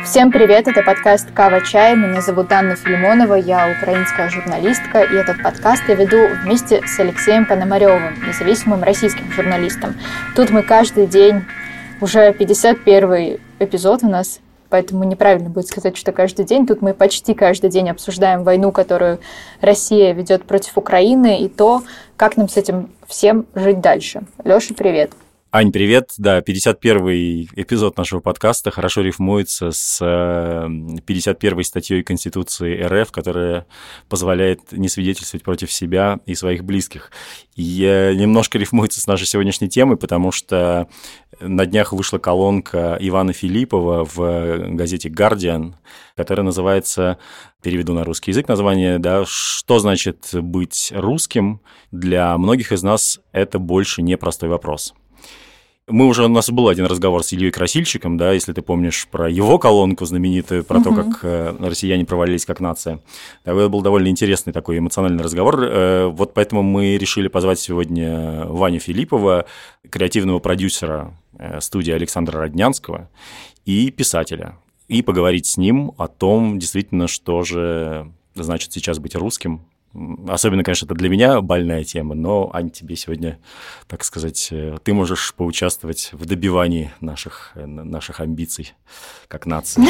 Всем привет, это подкаст «Кава Чай». Меня зовут Анна Филимонова, я украинская журналистка, и этот подкаст я веду вместе с Алексеем Пономаревым, независимым российским журналистом. Тут мы каждый день, уже 51-й эпизод у нас, поэтому неправильно будет сказать, что каждый день. Тут мы почти каждый день обсуждаем войну, которую Россия ведет против Украины, и то, как нам с этим всем жить дальше. Лёша, привет. Ань, привет. Да, 51-й эпизод нашего подкаста хорошо рифмуется с 51-й статьей Конституции РФ, которая позволяет не свидетельствовать против себя и своих близких. И немножко рифмуется с нашей сегодняшней темой, потому что на днях вышла колонка Ивана Филиппова в газете «Гардиан», которая называется, переведу на русский язык название, да, «Что значит быть русским?» Для многих из нас это больше не простой вопрос. У нас был один разговор с Ильей Красильщиком, да, если ты помнишь про его колонку знаменитую, про то, как россияне провалились как нация. Это был довольно интересный такой эмоциональный разговор. Вот поэтому мы решили позвать сегодня Ваню Филиппова, креативного продюсера студии Александра Роднянского и писателя, и поговорить с ним о том, действительно, что же значит сейчас быть русским. Особенно, конечно, это для меня больная тема, но, Ань, тебе сегодня, так сказать, ты можешь поучаствовать в добивании наших амбиций как нации.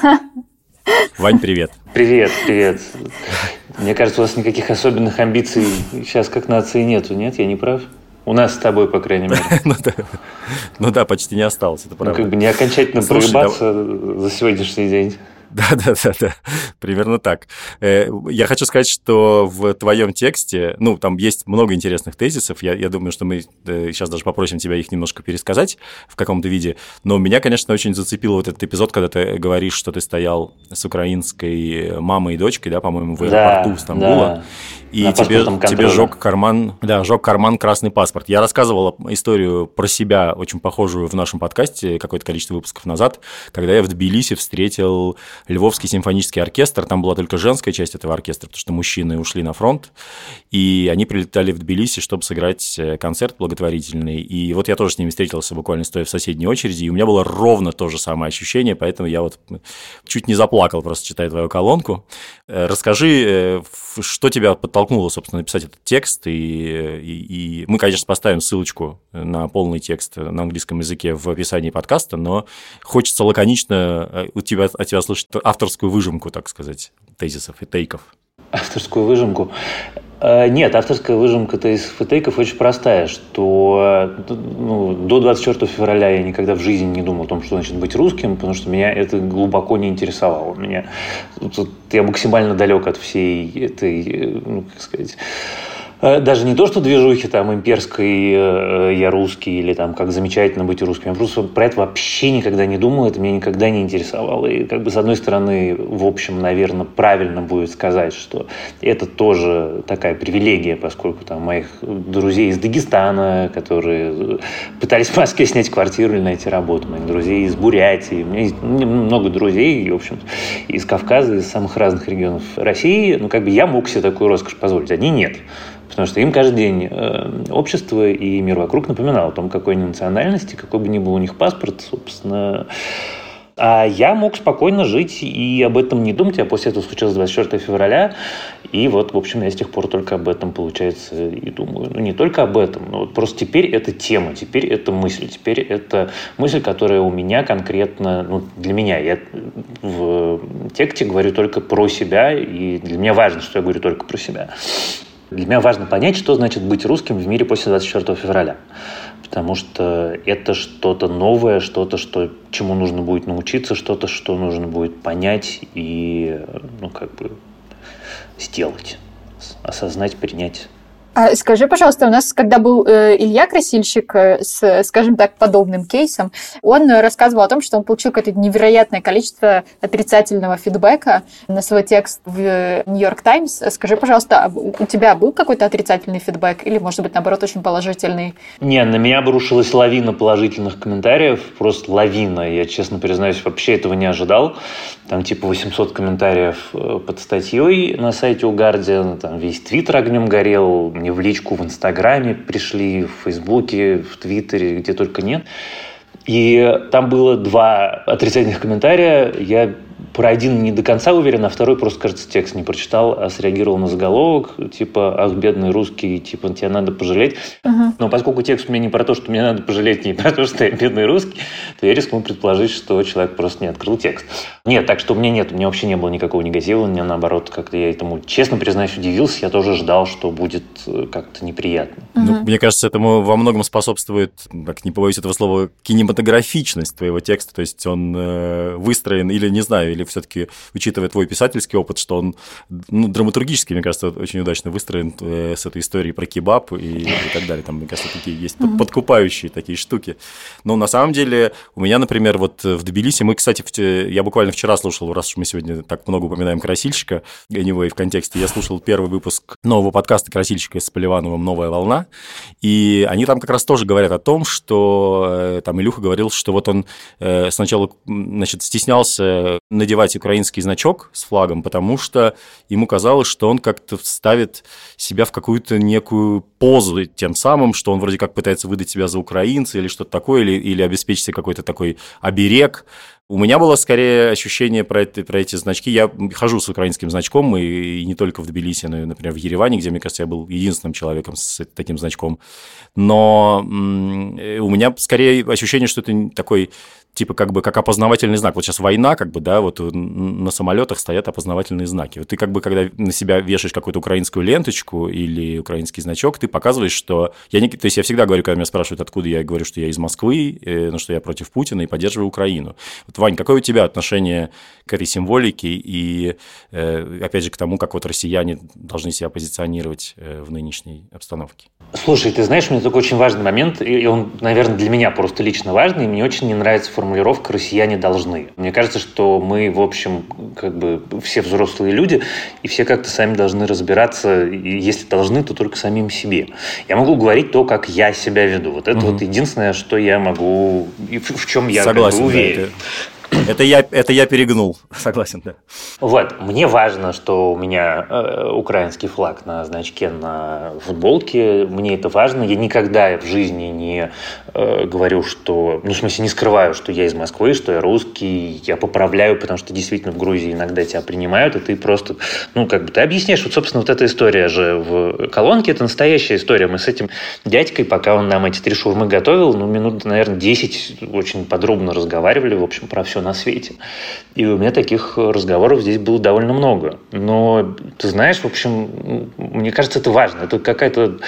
Вань, привет. Привет. Мне кажется, у вас никаких особенных амбиций сейчас как нации нету, нет? Я не прав? У нас с тобой, по крайней мере. Ну да, почти не осталось, это правда. Не окончательно проебаться за сегодняшний день. Да, примерно так. Я хочу сказать, что в твоем тексте, там есть много интересных тезисов, я думаю, что мы сейчас даже попросим тебя их немножко пересказать в каком-то виде, но меня, конечно, очень зацепил вот этот эпизод, когда ты говоришь, что ты стоял с украинской мамой и дочкой, да, по-моему, в аэропорту Стамбула, и тебе жёг карман красный паспорт. Я рассказывал историю про себя, очень похожую в нашем подкасте какое-то количество выпусков назад, когда я в Тбилиси встретил Львовский симфонический оркестр, там была только женская часть этого оркестра, потому что мужчины ушли на фронт, и они прилетали в Тбилиси, чтобы сыграть концерт благотворительный. И вот я тоже с ними встретился, буквально стоя в соседней очереди, и у меня было ровно то же самое ощущение, поэтому я вот чуть не заплакал, просто читая твою колонку. Расскажи, что тебя подтолкнуло, собственно, написать этот текст, и мы, конечно, поставим ссылочку на полный текст на английском языке в описании подкаста, но хочется лаконично от тебя слышать авторскую выжимку, так сказать, тезисов и тейков. Авторскую выжимку? Нет, авторская выжимка тезисов и тейков очень простая, что до 24 февраля я никогда в жизни не думал о том, что значит быть русским, потому что меня это глубоко не интересовало. Я максимально далек от всей этой, даже не то, что движухи там имперской «я русский» или там «как замечательно быть русским». Я просто про это вообще никогда не думал, это меня никогда не интересовало. И с одной стороны, в общем, наверное, правильно будет сказать, что это тоже такая привилегия, поскольку там моих друзей из Дагестана, которые пытались в Москве снять квартиру или найти работу, моих друзей из Бурятии, у меня есть много друзей, в общем, из Кавказа, из самых разных регионов России. Я мог себе такую роскошь позволить, они нет. Потому что им каждый день общество и мир вокруг напоминало о том, какой они национальности, какой бы ни был у них паспорт, собственно. А я мог спокойно жить и об этом не думать. А после этого случилось 24 февраля. И вот, в общем, я с тех пор только об этом, получается, и думаю. Не только об этом, но вот просто теперь это тема, теперь это мысль, теперь это мысль, которая у меня конкретно, для меня. Я в тексте говорю только про себя, и для меня важно, что я говорю только про себя. Для меня важно понять, что значит быть русским в мире после 24 февраля. Потому что это что-то новое, что-то, чему нужно будет научиться, что-то, что нужно будет понять и, сделать, осознать, принять. Скажи, пожалуйста, у нас, когда был Илья Красильщик с, скажем так, подобным кейсом, он рассказывал о том, что он получил какое-то невероятное количество отрицательного фидбэка на свой текст в «Нью-Йорк Таймс». Скажи, пожалуйста, у тебя был какой-то отрицательный фидбэк или, может быть, наоборот, очень положительный? Не, на меня обрушилась лавина положительных комментариев, просто лавина. Я, честно признаюсь, вообще этого не ожидал. Там 800 комментариев под статьей на сайте у Guardian, там весь твиттер огнем горел, мне в личку в Инстаграме пришли, в Фейсбуке, в Твиттере, где только нет. И там было 2 отрицательных комментария. Я про один не до конца уверен, а второй просто, кажется, текст не прочитал, а среагировал на заголовок, типа «Ах, бедный русский, типа, тебя надо пожалеть». Но поскольку текст у меня не про то, что мне надо пожалеть, не про то, что я бедный русский, то я рискну предположить, что человек просто не открыл текст. Нет, так что у меня вообще не было никакого негатива, у меня наоборот, как-то я этому, честно признаюсь, удивился, я тоже ждал, что будет как-то неприятно. Ну, мне кажется, этому во многом способствует, как не побоюсь этого слова, кинематографичность твоего текста, то есть он выстроен, или, не знаю, или все-таки, учитывая твой писательский опыт, что он драматургически, мне кажется, очень удачно выстроен с этой историей про кебаб и так далее. Там, мне кажется, такие есть подкупающие такие штуки. Но на самом деле у меня, например, вот в Тбилиси, мы, кстати, я буквально вчера слушал, раз уж мы сегодня так много упоминаем Красильщика, anyway, в контексте, я слушал первый выпуск нового подкаста Красильщика с Поливановым «Новая волна», и они там как раз тоже говорят о том, что там Илюха говорил, что вот он сначала, значит, стеснялся надевать украинский значок с флагом, потому что ему казалось, что он как-то ставит себя в какую-то некую позу тем самым, что он вроде как пытается выдать себя за украинца или что-то такое, или обеспечить себе какой-то такой оберег. У меня было скорее ощущение про эти значки. Я хожу с украинским значком, и не только в Тбилиси, но и, например, в Ереване, где, мне кажется, я был единственным человеком с таким значком. Но у меня скорее ощущение, что это такой, типа, как бы, как опознавательный знак. Вот сейчас война, как бы, да, вот на самолетах стоят опознавательные знаки. Вот ты, как бы, когда на себя вешаешь какую-то украинскую ленточку или украинский значок, ты показываешь, что... То есть я всегда говорю, когда меня спрашивают, откуда я говорю, что я из Москвы, но что я против Путина и поддерживаю Украину. Вот, Вань, какое у тебя отношение к этой символике и, опять же, к тому, как вот россияне должны себя позиционировать в нынешней обстановке? Слушай, ты знаешь, у меня такой очень важный момент, и он, наверное, для меня просто лично важный, и мне очень не нравится формулировка «россияне должны». Мне кажется, что мы, в общем, как бы все взрослые люди, и все как-то сами должны разбираться, и если должны, то только самим себе. Я могу говорить то, как я себя веду. Вот это вот единственное, что я могу, и в чем я согласен, как бы уверен. Да, это я перегнул, согласен, да. Вот, мне важно, что у меня украинский флаг на значке на футболке, мне это важно. Я никогда в жизни не говорю, что, в смысле, не скрываю, что я из Москвы, что я русский, я поправляю, потому что действительно в Грузии иногда тебя принимают, и ты просто, ты объясняешь, вот, собственно, вот эта история же в колонке, это настоящая история. Мы с этим дядькой, пока он нам эти 3 шаурмы готовил, минут, наверное, 10 очень подробно разговаривали, в общем, про все на свете. И у меня таких разговоров здесь было довольно много. Но, ты знаешь, в общем, мне кажется, это важно. Это какая-то...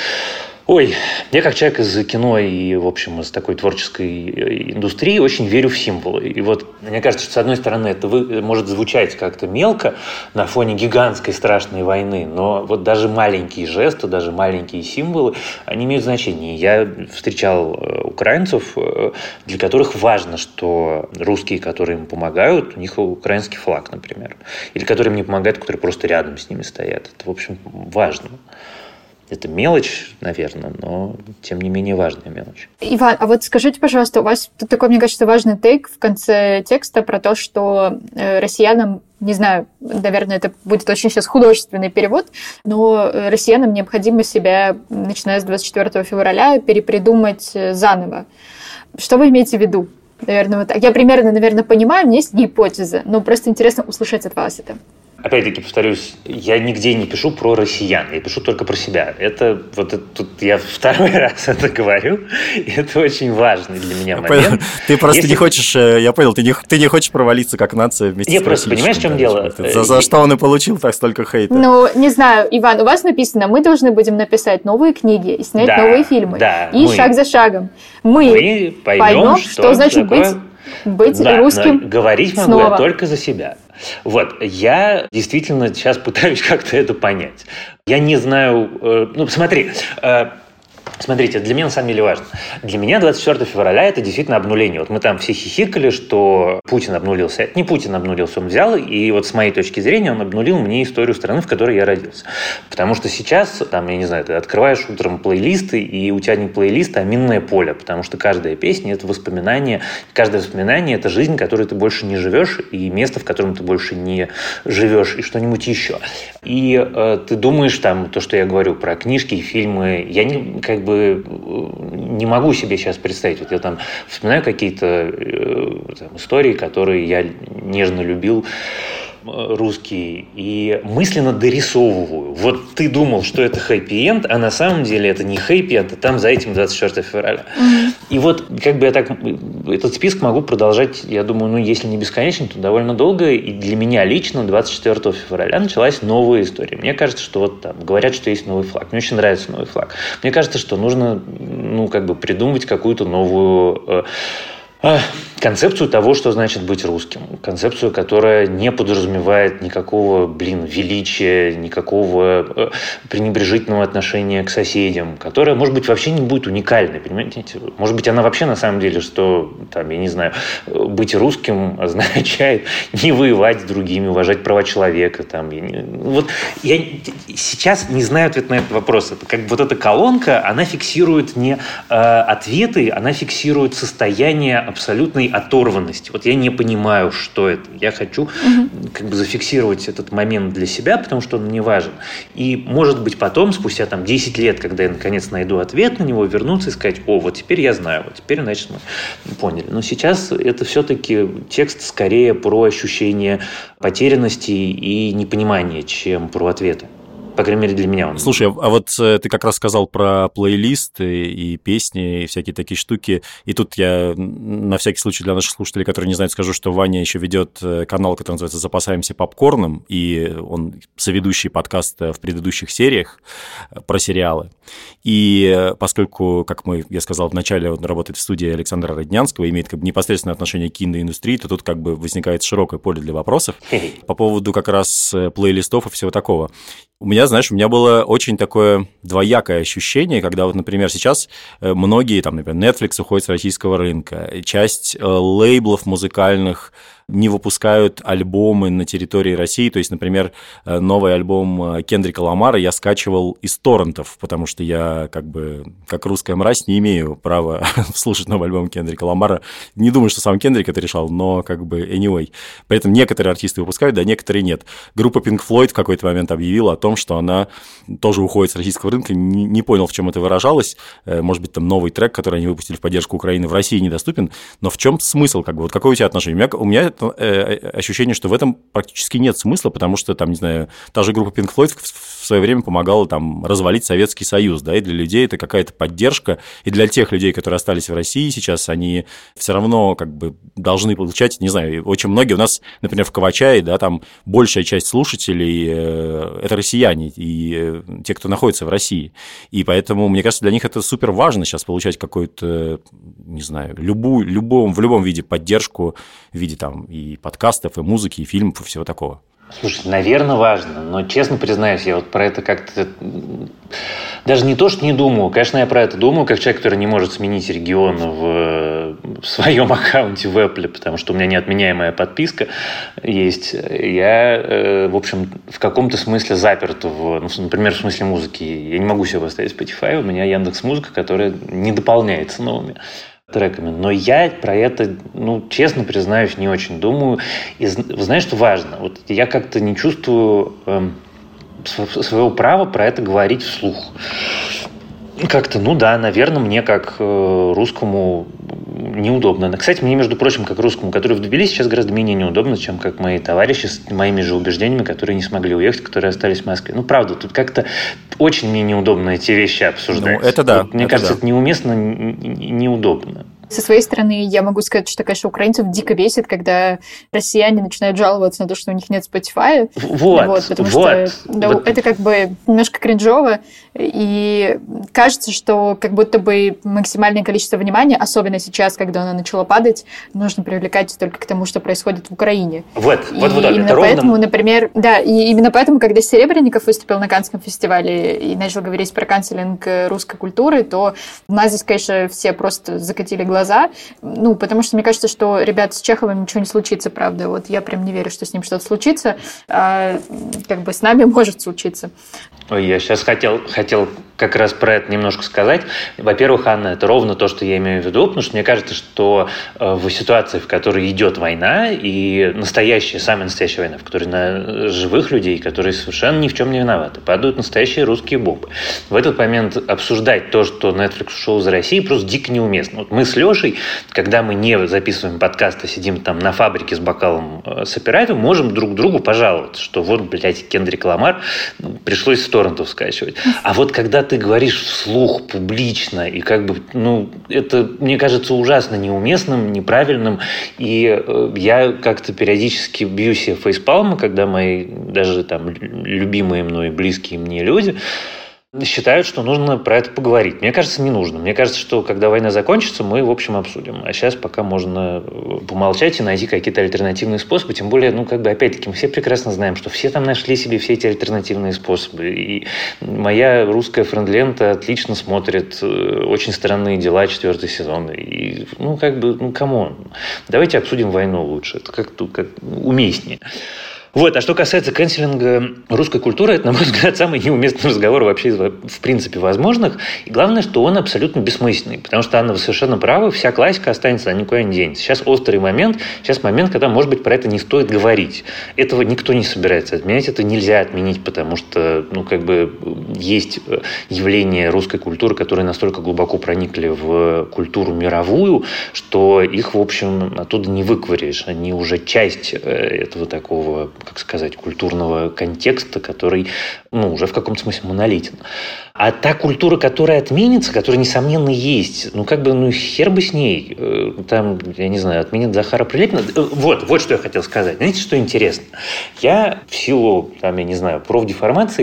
я как человек из кино и, в общем, из такой творческой индустрии очень верю в символы. И вот мне кажется, что, с одной стороны, это может звучать как-то мелко на фоне гигантской страшной войны, но вот даже маленькие жесты, даже маленькие символы, они имеют значение. Я встречал украинцев, для которых важно, что русские, которые им помогают, у них украинский флаг, например. Или которые им не помогают, которые просто рядом с ними стоят. Это, в общем, важно. Это мелочь, наверное, но тем не менее важная мелочь. Иван, а вот скажите, пожалуйста, у вас тут такой, мне кажется, важный тейк в конце текста про то, что россиянам, не знаю, наверное, это будет очень сейчас художественный перевод, но россиянам необходимо себя, начиная с 24 февраля, перепридумать заново. Что вы имеете в виду? Наверное, вот так. Я примерно, наверное, понимаю, у меня есть гипотеза, но просто интересно услышать от вас это. Опять-таки, повторюсь, я нигде не пишу про россиян, я пишу только про себя. Тут я второй раз это говорю, и это очень важный для меня момент. Ты просто не хочешь, я понял, ты не хочешь провалиться как нация вместе с Россией. Просто понимаешь, в чем дело? За что он и получил так столько хейта? Не знаю, Иван, у вас написано, мы должны будем написать новые книги и снять новые фильмы. И шаг за шагом. Мы поймем, что значит быть русским. Говорить могу я только за себя. Вот, я действительно сейчас пытаюсь как-то это понять. Я не знаю... Смотрите, для меня на самом деле важно. Для меня 24 февраля это действительно обнуление. Вот мы там все хихикали, что Путин обнулился. Это не Путин обнулился, он взял, и вот с моей точки зрения он обнулил мне историю страны, в которой я родился. Потому что сейчас, я не знаю, ты открываешь утром плейлисты, и у тебя не плейлист, а минное поле, потому что каждая песня – это воспоминание, каждое воспоминание – это жизнь, которой ты больше не живешь, и место, в котором ты больше не живешь, и что-нибудь еще. И ты думаешь, то, что я говорю про книжки и фильмы, я бы не могу себе сейчас представить. Вот я там вспоминаю какие-то истории, которые я нежно любил, русские, и мысленно дорисовываю. Вот ты думал, что это хэппи-энд, а на самом деле это не хэппи-энд, а там за этим 24 февраля. И вот как бы я так этот список могу продолжать, я думаю, если не бесконечно, то довольно долго. И для меня лично 24 февраля началась новая история. Мне кажется, что вот там говорят, что есть новый флаг. Мне очень нравится новый флаг. Мне кажется, что нужно придумывать какую-то новую концепцию того, что значит быть русским. Концепцию, которая не подразумевает никакого, величия, никакого пренебрежительного отношения к соседям, которая, может быть, вообще не будет уникальной, понимаете? Может быть, она вообще на самом деле, что, там, я не знаю, быть русским означает не воевать с другими, уважать права человека. Там, я сейчас не знаю ответ на этот вопрос. Это как бы вот эта колонка, она фиксирует не ответы, она фиксирует состояние абсолютной оторванности. Вот я не понимаю, что это. Я хочу зафиксировать этот момент для себя, потому что он мне важен. И, может быть, потом, спустя 10 лет, когда я наконец найду ответ на него, вернуться и сказать: вот теперь я знаю, вот теперь, значит, мы поняли. Но сейчас это все-таки текст скорее про ощущение потерянности и непонимания, чем про ответы. По крайней мере, для меня он. Слушай, а вот ты как раз сказал про плейлисты и песни, и всякие такие штуки. И тут я на всякий случай для наших слушателей, которые не знают, скажу, что Ваня еще ведет канал, который называется «Запасаемся попкорном», и он соведущий подкаста в предыдущих сериях про сериалы. И поскольку, как я сказал вначале, он работает в студии Александра Роднянского, имеет непосредственное отношение к киноиндустрии, то тут возникает широкое поле для вопросов по поводу как раз плейлистов и всего такого. У меня было очень такое двоякое ощущение, когда вот, например, сейчас многие, например, Netflix уходит с российского рынка, часть лейблов музыкальных не выпускают альбомы на территории России. То есть, например, новый альбом Кендрика Ламара я скачивал из торрентов, потому что я, как русская мразь, не имею права слушать новый альбом Кендрика Ламара. Не думаю, что сам Кендрик это решал, но anyway. При этом некоторые артисты выпускают, да, некоторые нет. Группа Pink Floyd в какой-то момент объявила о том, что она тоже уходит с российского рынка. Не понял, в чем это выражалось. Может быть, там новый трек, который они выпустили в поддержку Украины, в России недоступен. Но в чем смысл? Вот какое у тебя отношение? У меня ощущение, что в этом практически нет смысла, потому что, не знаю, та же группа Pink Floyd в свое время помогала развалить Советский Союз, да, и для людей это какая-то поддержка, и для тех людей, которые остались в России сейчас, они все равно должны получать, не знаю, очень многие у нас, например, в Кавачае, да, там большая часть слушателей это россияне и те, кто находится в России, и поэтому, мне кажется, для них это супер важно сейчас получать какую-то, не знаю, в любом виде поддержку в виде и подкастов, и музыки, и фильмов, и всего такого. Слушай, наверное, важно, но, честно признаюсь, я вот про это как-то даже не то, что не думаю. Конечно, я про это думаю, как человек, который не может сменить регион в своем аккаунте в Apple, потому что у меня неотменяемая подписка есть. Я, в общем, в каком-то смысле заперт, например, в смысле музыки. Я не могу себе поставить Spotify, у меня Яндекс.Музыка, которая не дополняется новыми треками. Но я про это, честно признаюсь, не очень думаю. И знаешь, что важно? Вот я как-то не чувствую своего права про это говорить вслух. Как-то, наверное, мне как русскому неудобно. Кстати, мне, между прочим, как русскому, который в Тбилиси, сейчас гораздо менее неудобно, чем как мои товарищи с моими же убеждениями, которые не смогли уехать, которые остались в Москве. Правда, тут как-то очень мне неудобно эти вещи обсуждать. Это да. Мне кажется, это неуместно, неудобно. Со своей стороны, я могу сказать, что, конечно, украинцев дико бесит, когда россияне начинают жаловаться на то, что у них нет Spotify. Потому что это немножко кринжово, и кажется, что как будто бы максимальное количество внимания, особенно сейчас, когда оно начало падать, нужно привлекать только к тому, что происходит в Украине. Именно поэтому, например, и именно поэтому, когда Серебренников выступил на Каннском фестивале и начал говорить про канцелинг русской культуры, то у нас здесь, конечно, все просто закатили глаза, потому что мне кажется, что, ребят, с Чеховым ничего не случится, правда. Я прям не верю, что с ним что-то случится, а с нами может случиться. Ой, я сейчас хотел как раз про это немножко сказать. Во-первых, Анна, это ровно то, что я имею в виду, потому что мне кажется, что в ситуации, в которой идет война, и самая настоящая война, в которой на живых людей, которые совершенно ни в чем не виноваты, падают настоящие русские бомбы. В этот момент обсуждать то, что Netflix ушел из России, просто дико неуместно. Вот мы с Лешей, когда мы не записываем подкаст, а сидим там на фабрике с бокалом саперави, можем друг другу пожаловаться, что вот, блядь, Кендрик Ламар пришлось с торрентов скачивать. А вот когда ты говоришь вслух, публично, и как бы, это, мне кажется, ужасно неуместным, неправильным, и я как-то периодически бью себе фейспалмы, когда мои даже там любимые мной, близкие мне люди считают, что нужно про это поговорить. Мне кажется, не нужно. Мне кажется, что когда война закончится, мы, в общем, обсудим. А сейчас пока можно помолчать и найти какие-то альтернативные способы. Тем более, опять-таки, мы все прекрасно знаем, что все там нашли себе все эти альтернативные способы. И моя русская френд-лента отлично смотрит «Очень странные дела», 4-й сезон. И, камон. Давайте обсудим войну лучше. Это как-то уместнее. Вот, а что касается канцелинга русской культуры, это, на мой взгляд, самый неуместный разговор вообще в принципе возможных. И главное, что он абсолютно бессмысленный. Потому что, Анна, вы совершенно правы, вся классика останется, она никуда не денется. Сейчас острый момент, когда, может быть, про это не стоит говорить. Этого никто не собирается отменять, это нельзя отменить, потому что, есть явления русской культуры, которые настолько глубоко проникли в культуру мировую, что их, в общем, оттуда не выковыряешь. Они уже часть этого такого, культурного контекста, который, уже в каком-то смысле монолитен. А та культура, которая отменится, которая, несомненно, есть, хер бы с ней. Там, я не знаю, отменят Захара Прилепина. Вот что я хотел сказать. Знаете, что интересно? Я в силу, профдеформации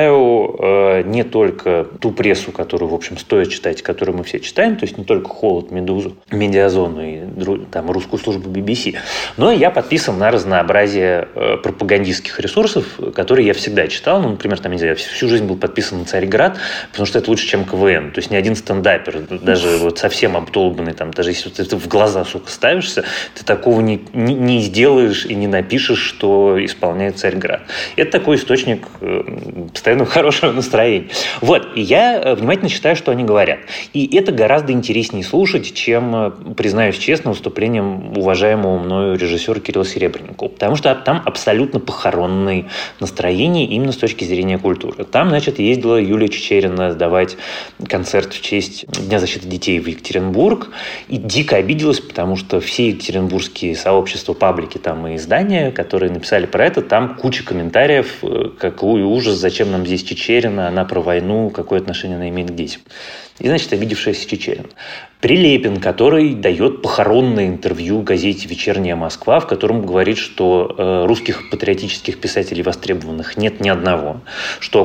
читаю не только ту прессу, которую, в общем, стоит читать, которую мы все читаем, то есть не только «Холод», «Медузу», «Медиазону» и русскую службу BBC, но я подписан на разнообразие пропагандистских ресурсов, которые я всегда читал. Например, я всю жизнь был подписан на «Царьград», потому что это лучше, чем КВН. То есть ни один стендапер, даже вот совсем обдолбанный, даже если ты в глаза, ставишься, ты такого не сделаешь и не напишешь, что исполняет «Царьград». Это такой источник постоянного хорошего настроения. Вот. И я внимательно читаю, что они говорят. И это гораздо интереснее слушать, чем, признаюсь честно, выступлением уважаемого мною режиссера Кирилла Серебренникова. Потому что там абсолютно похоронное настроение именно с точки зрения культуры. Там, ездила Юлия Чичерина давать концерт в честь Дня защиты детей в Екатеринбург и дико обиделась, потому что все екатеринбургские сообщества, паблики и издания, которые написали про это, там куча комментариев, какой ужас, зачем нам здесь Чичерина, она про войну, какое отношение она имеет к детям. И, обидевшаяся Чичерина. Прилепин, который дает похоронное интервью газете «Вечерняя Москва», в котором говорит, что русских патриотических писателей востребованных нет ни одного, что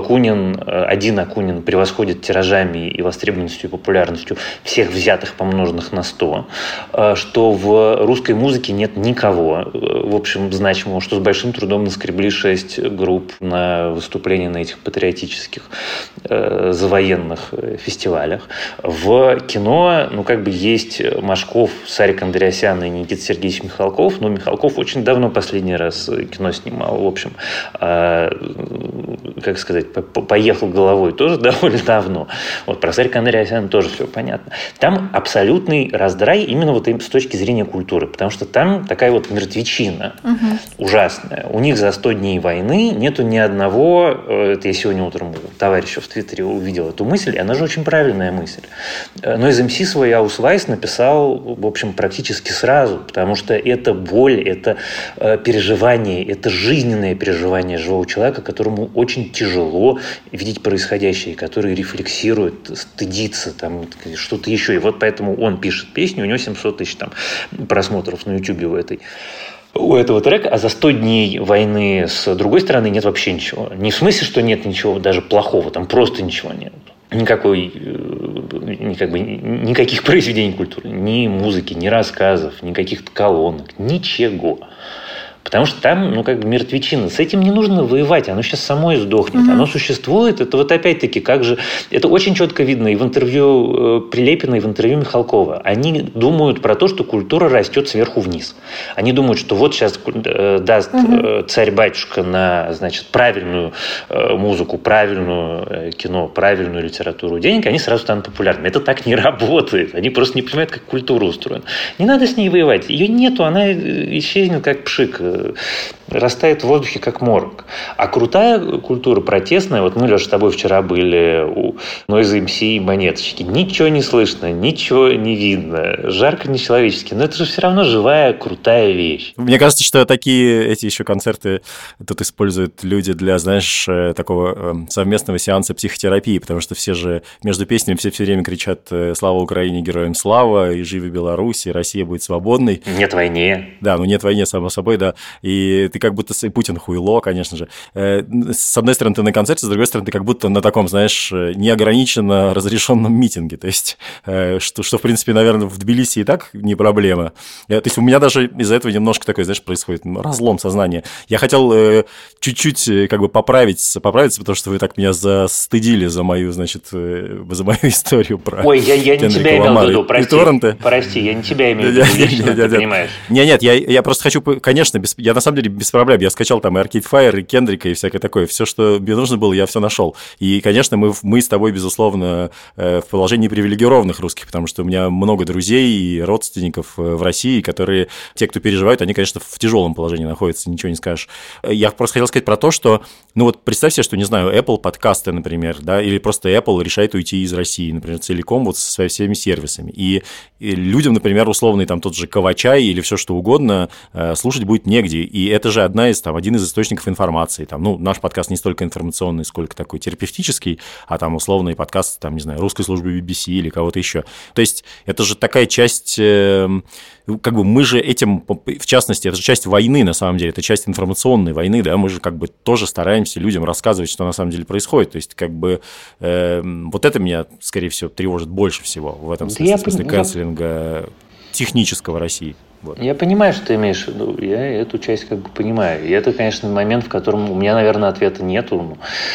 один Акунин превосходит тиражами и востребованностью и популярностью всех взятых, помноженных на 100, что в русской музыке нет никого, в общем, значимого, что с большим трудом наскребли 6 групп на выступления на этих патриотических завоенных фестивалях. В кино, есть Машков, Сарик Андреасян и Никита Сергеевич Михалков, но Михалков очень давно последний раз кино снимал, в общем, поехал головой тоже довольно давно. Вот про Сарика Андреасяна тоже все понятно. Там абсолютный раздрай именно с точки зрения культуры, потому что там такая мертвечина ужасная. У них за 100 дней войны нету ни одного, это я сегодня утром у товарища в Твиттере увидел эту мысль, и она же очень правильная мысль. Но из МС свой Аусвайс написал, в общем, практически сразу, потому что это боль, это переживание, это жизненное переживание живого человека, которому очень тяжело видеть происходящее, который рефлексирует, стыдится, что-то еще. И вот поэтому он пишет песню, у него 700 тысяч просмотров на YouTube у этого трека, а за 100 дней войны с другой стороны нет вообще ничего. Не в смысле, что нет ничего даже плохого, там просто ничего нет. Никаких произведений культуры, ни музыки, ни рассказов, никаких колонок, ничего. Потому что там, ну, как бы мертвечина. С этим не нужно воевать, оно сейчас само издохнет. Оно существует, это вот опять-таки, как же... Это очень четко видно и в интервью Прилепина, и в интервью Михалкова. Они думают про то, что культура растет сверху вниз. Они думают, что вот сейчас даст царь-батюшка на, значит, правильную музыку, правильную кино, правильную литературу денег, они сразу станут популярными. Это так не работает. Они просто не понимают, как культура устроена. Не надо с ней воевать. Ее нету, она исчезнет, как пшик. Растает в воздухе, как морок. А крутая культура протестная, вот мы, Леша, с тобой вчера были у Noise MC и Монеточки. Ничего не слышно, ничего не видно. Жарко нечеловечески. Но это же все равно живая, крутая вещь. Мне кажется, что такие эти еще концерты тут используют люди для, знаешь, такого совместного сеанса психотерапии, потому что все же между песнями все время кричат «Слава Украине, героям слава!» и «Живи Беларусь!» и «Россия будет свободной». Нет войне. Да, ну нет войне, само собой, да. И ты как будто... Путин хуйло, конечно же. С одной стороны, ты на концерте, с другой стороны, ты как будто на таком, знаешь, неограниченно разрешенном митинге. То есть, что в принципе, наверное, в Тбилиси и так не проблема. То есть, у меня даже из-за этого немножко такой, знаешь, происходит разлом сознания. Я хотел чуть-чуть как бы поправиться, потому что вы так меня застыдили за мою, значит, за мою историю про... Ой, я не тебя имел в виду, прости, я не тебя имел в виду лично, ты понимаешь. Нет, я просто хочу, конечно, я на самом деле без проблем, я скачал там и Arcade Fire, и Кендрика, и всякое такое, все, что мне нужно было, я все нашел. И, конечно, мы с тобой, безусловно, в положении привилегированных русских, потому что у меня много друзей и родственников в России, которые, те, кто переживают, они, конечно, в тяжелом положении находятся, ничего не скажешь. Я просто хотел сказать про то, что, ну вот представь себе, что, не знаю, Apple подкасты, например, да, или просто Apple решает уйти из России, например, целиком вот со всеми сервисами. И людям, например, условный там тот же Кавачай или все что угодно слушать будет негде. И это же один из источников информации. Там, ну, наш подкаст не столько информационный, сколько такой терапевтический, а там условные подкасты, там, не знаю, русской службы BBC или кого-то еще. То есть это же такая часть, как бы мы же этим, в частности, это же часть войны, на самом деле, это часть информационной войны, да, мы же как бы тоже стараемся людям рассказывать, что на самом деле происходит. То есть как бы вот это меня, скорее всего, тревожит больше всего в этом смысле канцелинга технического России. Вот. Я понимаю, что ты имеешь в виду. Я эту часть как бы понимаю. И это, конечно, момент, в котором у меня, наверное, ответа нету.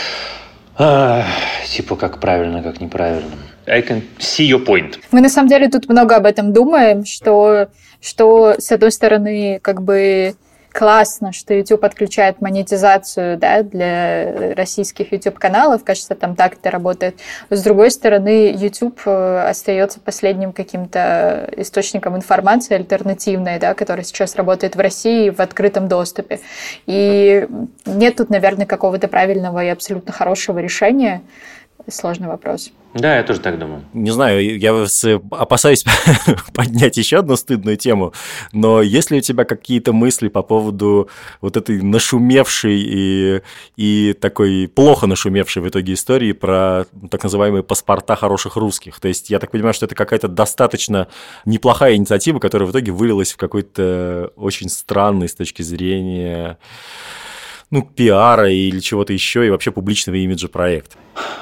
Типа, как правильно, как неправильно. I can see your point. Мы, на самом деле, тут много об этом думаем, что с одной стороны, как бы классно, что YouTube отключает монетизацию, да, для российских YouTube-каналов. Кажется, там так это работает. С другой стороны, YouTube остается последним каким-то источником информации альтернативной, да, которая сейчас работает в России в открытом доступе. И нет тут, наверное, какого-то правильного и абсолютно хорошего решения. Сложный вопрос. Да, я тоже так думаю. Не знаю, я опасаюсь поднять еще одну стыдную тему, но есть ли у тебя какие-то мысли по поводу вот этой нашумевшей и такой плохо нашумевшей в итоге истории про так называемые паспорта хороших русских? То есть я так понимаю, что это какая-то достаточно неплохая инициатива, которая в итоге вылилась в какой-то очень странный с точки зрения, ну, пиара или чего-то еще, и вообще публичного имиджа проект.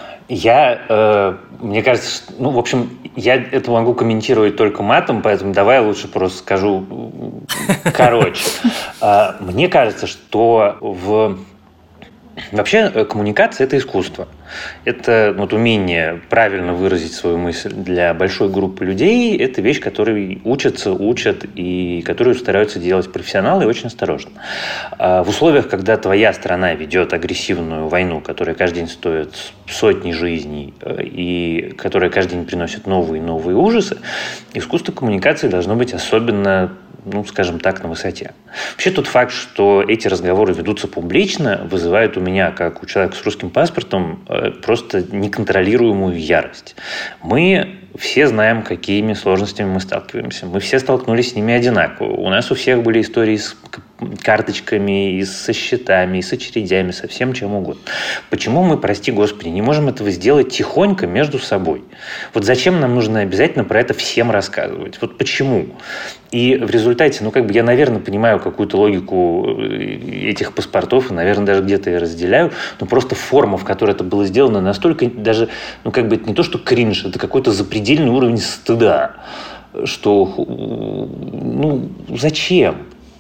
Мне кажется, что, ну, в общем, я это могу комментировать только матом, поэтому давай я лучше просто скажу короче. Мне кажется, что вообще коммуникация – это искусство. Это вот умение правильно выразить свою мысль для большой группы людей. Это вещь, которой учат и которую стараются делать профессионалы и очень осторожно. В условиях, когда твоя страна ведет агрессивную войну, которая каждый день стоит сотни жизней и которая каждый день приносит новые и новые ужасы, искусство коммуникации должно быть особенно, ну, скажем так, на высоте. Вообще тот факт, что эти разговоры ведутся публично, вызывает у меня, как у человека с русским паспортом, просто неконтролируемую ярость. Мы все знаем, какими сложностями мы сталкиваемся. Мы все столкнулись с ними одинаково. У нас у всех были истории с карточками, и со счетами, и с очередями, со всем чем угодно. Почему мы, прости господи, не можем этого сделать тихонько между собой? Вот зачем нам нужно обязательно про это всем рассказывать? Вот почему? И в результате, ну, как бы я, наверное, понимаю какую-то логику этих паспортов, и, наверное, даже где-то я разделяю, но просто форма, в которой это было сделано, настолько даже, ну, как бы это не то, что кринж, это какой-то запредельный уровень стыда, что, ну, зачем?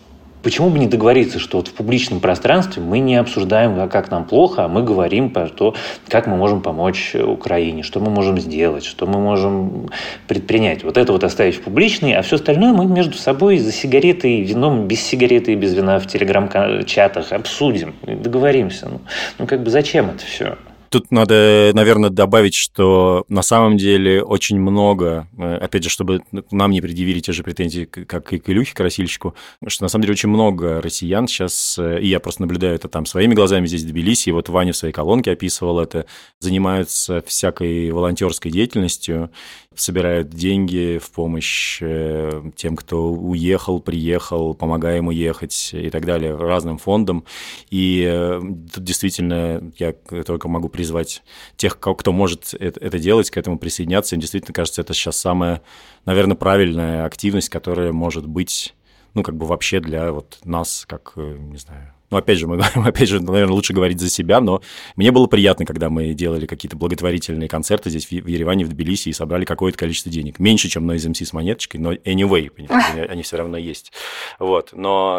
Почему бы не договориться, что вот в публичном пространстве мы не обсуждаем, как нам плохо, а мы говорим про то, как мы можем помочь Украине, что мы можем сделать, что мы можем предпринять. Вот это вот оставить в публичный, а все остальное мы между собой за сигаретой, вином, без сигареты и без вина в телеграм-чатах обсудим, договоримся. Зачем это все? Тут надо, наверное, добавить, что на самом деле очень много, опять же, чтобы нам не предъявили те же претензии, как и к Илюхе Красильщику, что на самом деле очень много россиян сейчас, и я просто наблюдаю это там своими глазами здесь в Тбилиси, и вот Ваня в своей колонке описывал это, занимаются всякой волонтерской деятельностью, собирают деньги в помощь тем, кто уехал, приехал, помогаем уехать и так далее, разным фондам. И тут действительно я только могу призвать тех, кто может это делать, к этому присоединяться. Им действительно кажется, это сейчас самая, наверное, правильная активность, которая может быть, вообще для вот нас, как, не знаю... опять же, наверное, лучше говорить за себя, но мне было приятно, когда мы делали какие-то благотворительные концерты здесь в Ереване, в Тбилиси, и собрали какое-то количество денег. Меньше, чем Noise MC с монеточкой, но anyway, они все равно есть. Вот, но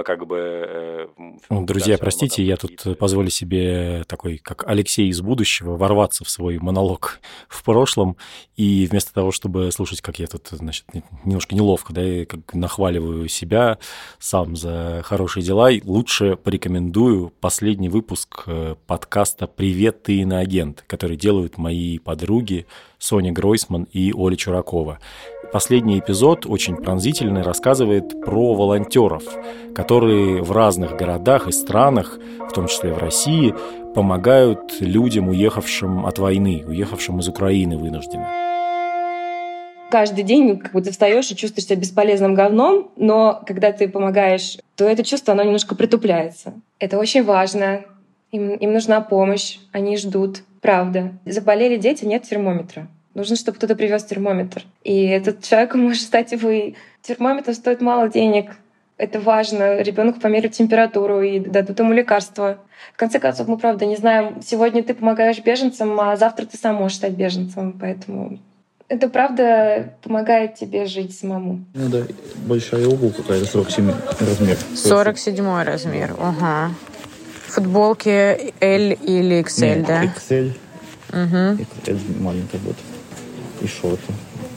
Друзья, простите, я тут позволю себе такой, как Алексей из будущего, ворваться в свой монолог в прошлом, и вместо того, чтобы слушать, как я тут, немножко неловко, и как нахваливаю себя сам за хорошие дела, лучше порекомендую последний выпуск подкаста «Привет, ты иноагент», который делают мои подруги Соня Гройсман и Оля Чуракова. Последний эпизод очень пронзительный, рассказывает про волонтеров, которые в разных городах и странах, в том числе в России, помогают людям, уехавшим от войны, уехавшим из Украины вынужденно. Каждый день ты встаешь и чувствуешь себя бесполезным говном, но когда ты помогаешь, то это чувство, оно немножко притупляется. Это очень важно. Им нужна помощь, они ждут, правда. Заболели дети, нет термометра. Нужно, чтобы кто-то привез термометр. И этот человек может стать и вы. Термометр стоит мало денег. Это важно. Ребенку померяют температуру и дадут ему лекарства. В конце концов, мы правда не знаем, сегодня ты помогаешь беженцам, а завтра ты сам можешь стать беженцем. Поэтому это правда помогает тебе жить самому. Надо большая обувь какая-то, 47 размер. 47 размер, ага. Футболки L или XL, Нет, да? XL. Угу. L маленькая вот. И шорты.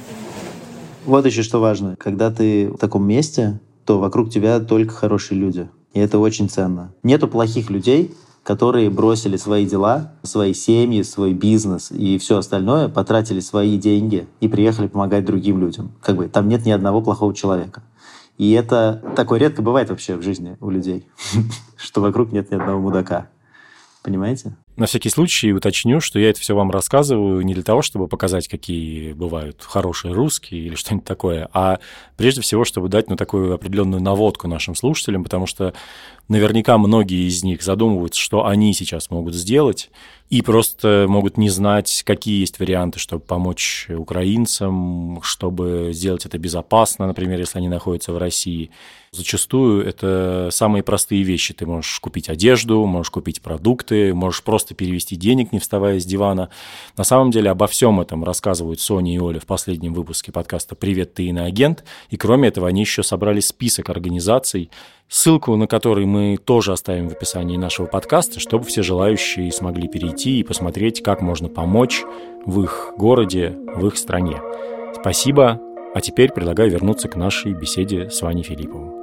Вот еще что важно. Когда ты в таком месте, то вокруг тебя только хорошие люди. И это очень ценно. Нету плохих людей, которые бросили свои дела, свои семьи, свой бизнес и все остальное, потратили свои деньги и приехали помогать другим людям. Там нет ни одного плохого человека. И это такое редко бывает вообще в жизни у людей, что вокруг нет ни одного мудака. Понимаете? На всякий случай уточню, что я это все вам рассказываю не для того, чтобы показать, какие бывают хорошие русские или что-нибудь такое, а прежде всего, чтобы дать такую определенную наводку нашим слушателям, потому что наверняка многие из них задумываются, что они сейчас могут сделать, и просто могут не знать, какие есть варианты, чтобы помочь украинцам, чтобы сделать это безопасно, например, если они находятся в России. Зачастую это самые простые вещи. Ты можешь купить одежду, можешь купить продукты, можешь просто перевести денег, не вставая с дивана. На самом деле обо всем этом рассказывают Соня и Оля в последнем выпуске подкаста «Привет, ты иноагент». И кроме этого они еще собрали список организаций, ссылку на который мы тоже оставим в описании нашего подкаста, чтобы все желающие смогли перейти и посмотреть, как можно помочь в их городе, в их стране. Спасибо. А теперь предлагаю вернуться к нашей беседе с Ваней Филипповым.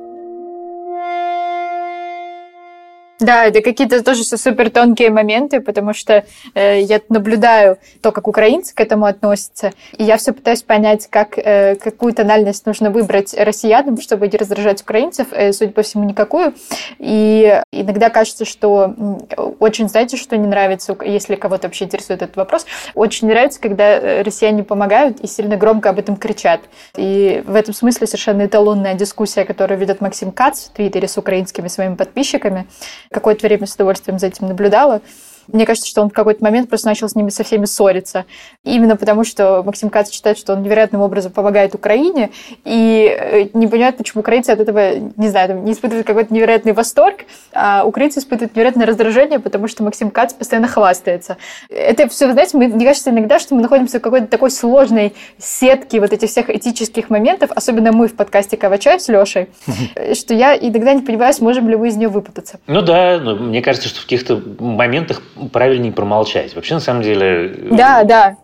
Да, это какие-то тоже супер тонкие моменты, потому что я наблюдаю то, как украинцы к этому относятся, и я все пытаюсь понять, какую тональность нужно выбрать россиянам, чтобы не раздражать украинцев, судя по всему, никакую. И иногда кажется, что очень, знаете, что не нравится, если кого-то вообще интересует этот вопрос, очень нравится, когда россияне помогают и сильно громко об этом кричат. И в этом смысле совершенно эталонная дискуссия, которую ведет Максим Кац в Твиттере с украинскими своими подписчиками. Какое-то время с удовольствием за этим наблюдала. Мне кажется, что он в какой-то момент просто начал с ними со всеми ссориться. Именно потому, что Максим Кац считает, что он невероятным образом помогает Украине, и не понимает, почему украинцы от этого, не знаю, не испытывают какой-то невероятный восторг, а украинцы испытывают невероятное раздражение, потому что Максим Кац постоянно хвастается. Это все, знаете, мне кажется иногда, что мы находимся в какой-то такой сложной сетке вот этих всех этических моментов, особенно мы в подкасте «Кава-чай» с Лешей, что я иногда не понимаю, сможем ли мы из нее выпутаться. Ну да, но мне кажется, что в каких-то моментах правильнее промолчать. Вообще, на самом деле... Да,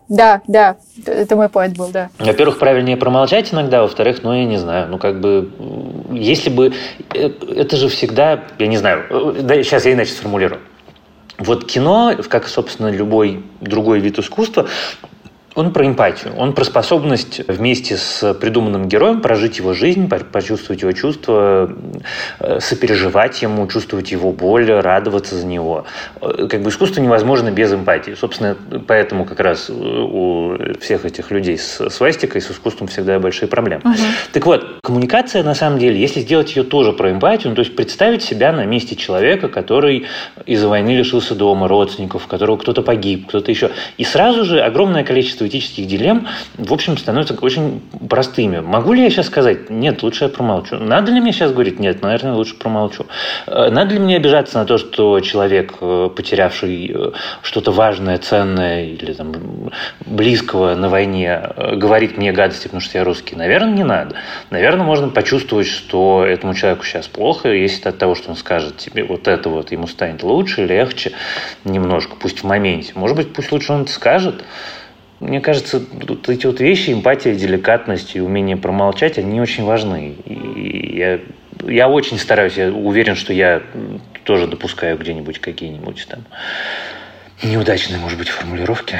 это мой поинт был, да. Во-первых, правильнее промолчать иногда, во-вторых, ну, я не знаю, ну, как бы, если бы... Это же всегда, я не знаю, да, сейчас я иначе сформулирую. Вот кино, как, собственно, любой другой вид искусства, он про эмпатию, он про способность вместе с придуманным героем прожить его жизнь, почувствовать его чувства, сопереживать ему, чувствовать его боль, радоваться за него. Как бы искусство невозможно без эмпатии. Собственно, поэтому как раз у всех этих людей с свастикой, с искусством всегда большие проблемы. Так вот, коммуникация, на самом деле, если сделать ее тоже про эмпатию, ну, то есть представить себя на месте человека, который из-за войны лишился дома, родственников, у которого кто-то погиб, кто-то еще. И сразу же огромное количество этических дилемм, в общем, становятся очень простыми. Могу ли я сейчас сказать? Нет, лучше я промолчу. Надо ли мне сейчас говорить? Нет, наверное, лучше промолчу. Надо ли мне обижаться на то, что человек, потерявший что-то важное, ценное или там, близкого на войне, говорит мне гадости, потому что я русский? Наверное, не надо. Наверное, можно почувствовать, что этому человеку сейчас плохо, если от того, что он скажет тебе вот это вот, ему станет лучше, легче немножко, пусть в моменте. Может быть, пусть лучше он это скажет. Мне кажется, вот эти вот вещи, эмпатия, деликатность и умение промолчать, они очень важны. И я очень стараюсь, я уверен, что я тоже допускаю где-нибудь какие-нибудь там неудачные, может быть, формулировки.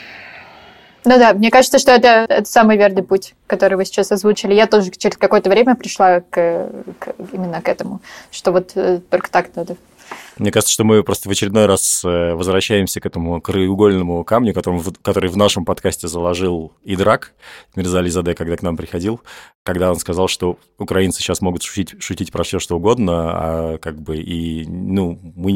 Ну да, мне кажется, что это самый верный путь, который вы сейчас озвучили. Я тоже через какое-то время пришла именно к этому, что вот только так надо. Мне кажется, что мы просто в очередной раз возвращаемся к этому краеугольному камню, который в нашем подкасте заложил Идрак Мирзализаде, когда к нам приходил, когда он сказал, что украинцы сейчас могут шутить про все, что угодно, а как бы и, ну, мы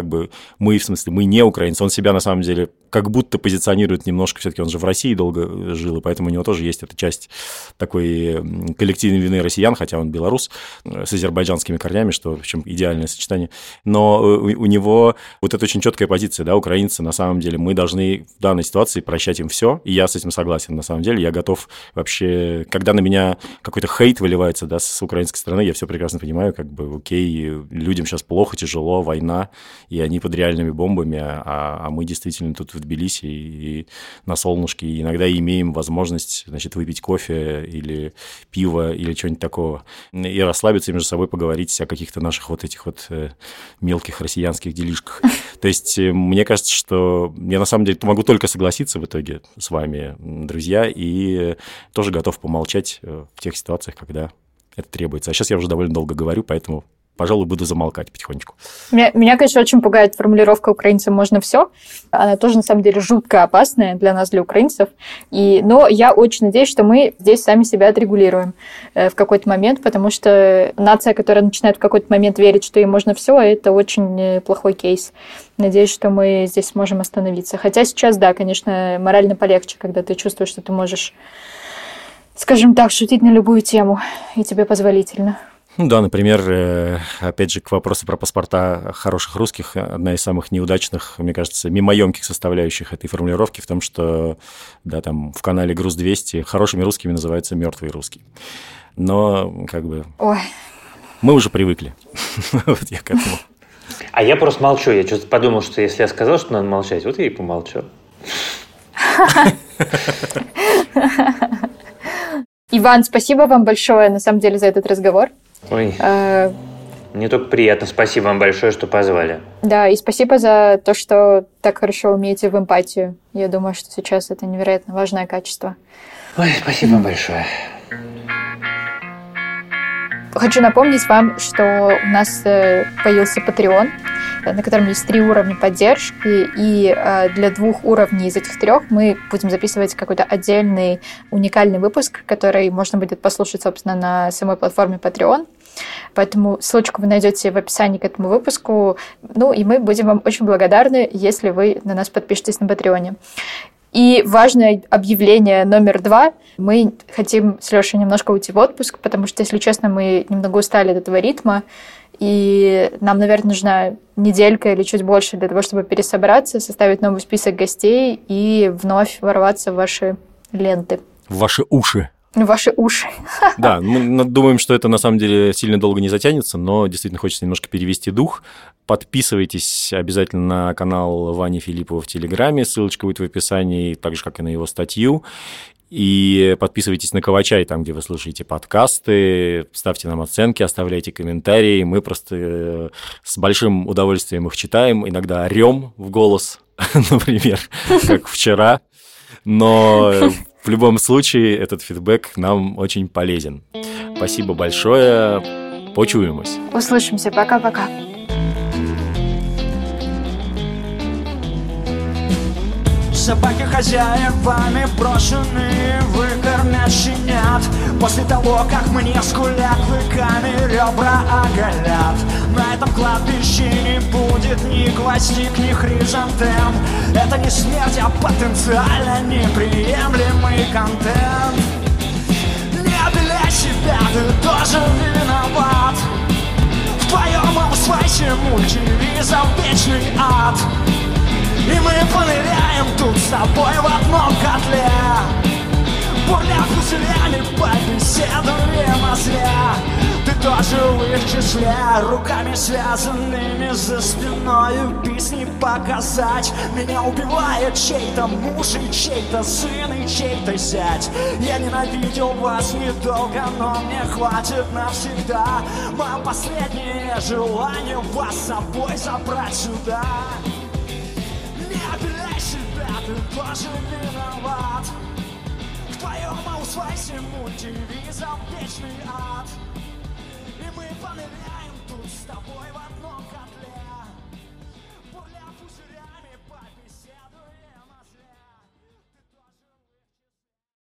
не украинцы. Он себя на самом деле как будто позиционирует немножко, все-таки он же в России долго жил, и поэтому у него тоже есть эта часть такой коллективной вины россиян, хотя он белорус, с азербайджанскими корнями, что, в общем, идеальное сочетание. Но у него вот эта очень четкая позиция, да, украинцы, на самом деле, мы должны в данной ситуации прощать им все, и я с этим согласен, на самом деле, я готов вообще, когда на меня какой-то хейт выливается, да, с украинской стороны, я все прекрасно понимаю, как бы, окей, людям сейчас плохо, тяжело, война, и они под реальными бомбами, а мы действительно тут в Тбилиси и на солнышке, и иногда имеем возможность, значит, выпить кофе или пиво или что-нибудь такого, и расслабиться между собой, поговорить о каких-то наших вот этих вот мелких россиянских делишках. То есть мне кажется, что я на самом деле могу только согласиться в итоге с вами, друзья, и тоже готов помолчать в тех ситуациях, когда это требуется. А сейчас я уже довольно долго говорю, поэтому, пожалуй, буду замолкать потихонечку. Меня, конечно, очень пугает формулировка «украинцам можно все». Она тоже, на самом деле, жутко опасная для нас, для украинцев. Но я очень надеюсь, что мы здесь сами себя отрегулируем в какой-то момент, потому что нация, которая начинает в какой-то момент верить, что ей можно все, это очень плохой кейс. Надеюсь, что мы здесь сможем остановиться. Хотя сейчас, да, конечно, морально полегче, когда ты чувствуешь, что ты можешь, скажем так, шутить на любую тему, и тебе позволительно. Ну да, например, опять же, к вопросу про паспорта хороших русских, одна из самых неудачных, мне кажется, мимоемких составляющих этой формулировки в том, что, да, там в канале «Груз-200» хорошими русскими называются мертвые русские. Но, как бы, мы уже привыкли. Вот я к этому. А я просто молчу. Я что-то подумал, что если я сказал, что надо молчать, вот я и помолчу. Иван, спасибо вам большое, на самом деле, за этот разговор. Ой, мне только приятно. Спасибо вам большое, что позвали. Да, и спасибо за то, что так хорошо умеете в эмпатию. Я думаю, что сейчас это невероятно важное качество. Ой, спасибо вам большое. Хочу напомнить вам, что у нас появился Patreon, на котором есть 3 уровня поддержки, и для 2 уровней из этих 3 мы будем записывать какой-то отдельный уникальный выпуск, который можно будет послушать, собственно, на самой платформе Patreon. Поэтому ссылочку вы найдете в описании к этому выпуску. Ну, и мы будем вам очень благодарны, если вы на нас подпишетесь на Патреоне. И важное объявление номер 2. Мы хотим с Лешей немножко уйти в отпуск, потому что, если честно, мы немного устали от этого ритма, и нам, наверное, нужна неделька или чуть больше для того, чтобы пересобраться, составить новый список гостей и вновь ворваться в ваши ленты. В ваши уши. В ваши уши. Да, мы думаем, что это на самом деле сильно долго не затянется, но действительно хочется немножко перевести дух. Подписывайтесь обязательно на канал Вани Филиппова в Телеграме, ссылочка будет в описании, так же, как и на его статью. И подписывайтесь на Кавачай, там, где вы слушаете подкасты, ставьте нам оценки, оставляйте комментарии. Мы просто с большим удовольствием их читаем, иногда орем в голос, например, как вчера. Но в любом случае этот фидбэк нам очень полезен. Спасибо большое. Почуемся. Услышимся. Пока-пока. Собаки хозяевами брошены, выкормят щенят. После того, как мне скулят, клыками ребра оголят. На этом кладбище не будет ни гвоздик, ни хризантем. Это не смерть, а потенциально неприемлемый контент. Не обеляй себя, ты тоже виноват. В твоем аусвайсе мультивиза в вечный ад. И мы поныряем тут с тобой в одном котле. Бурля пузырями побеседуем, а зря. Ты тоже в их числе. Руками связанными за спиною песни показать. Меня убивает чей-то муж и чей-то сын и чей-то зять. Я ненавидел вас недолго, но мне хватит навсегда. Мое последнее желание вас с собой забрать сюда. Не обеляй себя, ты тоже виноват. В твоем аусвайсе мультивиза в вечный ад. И мы поныряем тут с тобой в одном котле.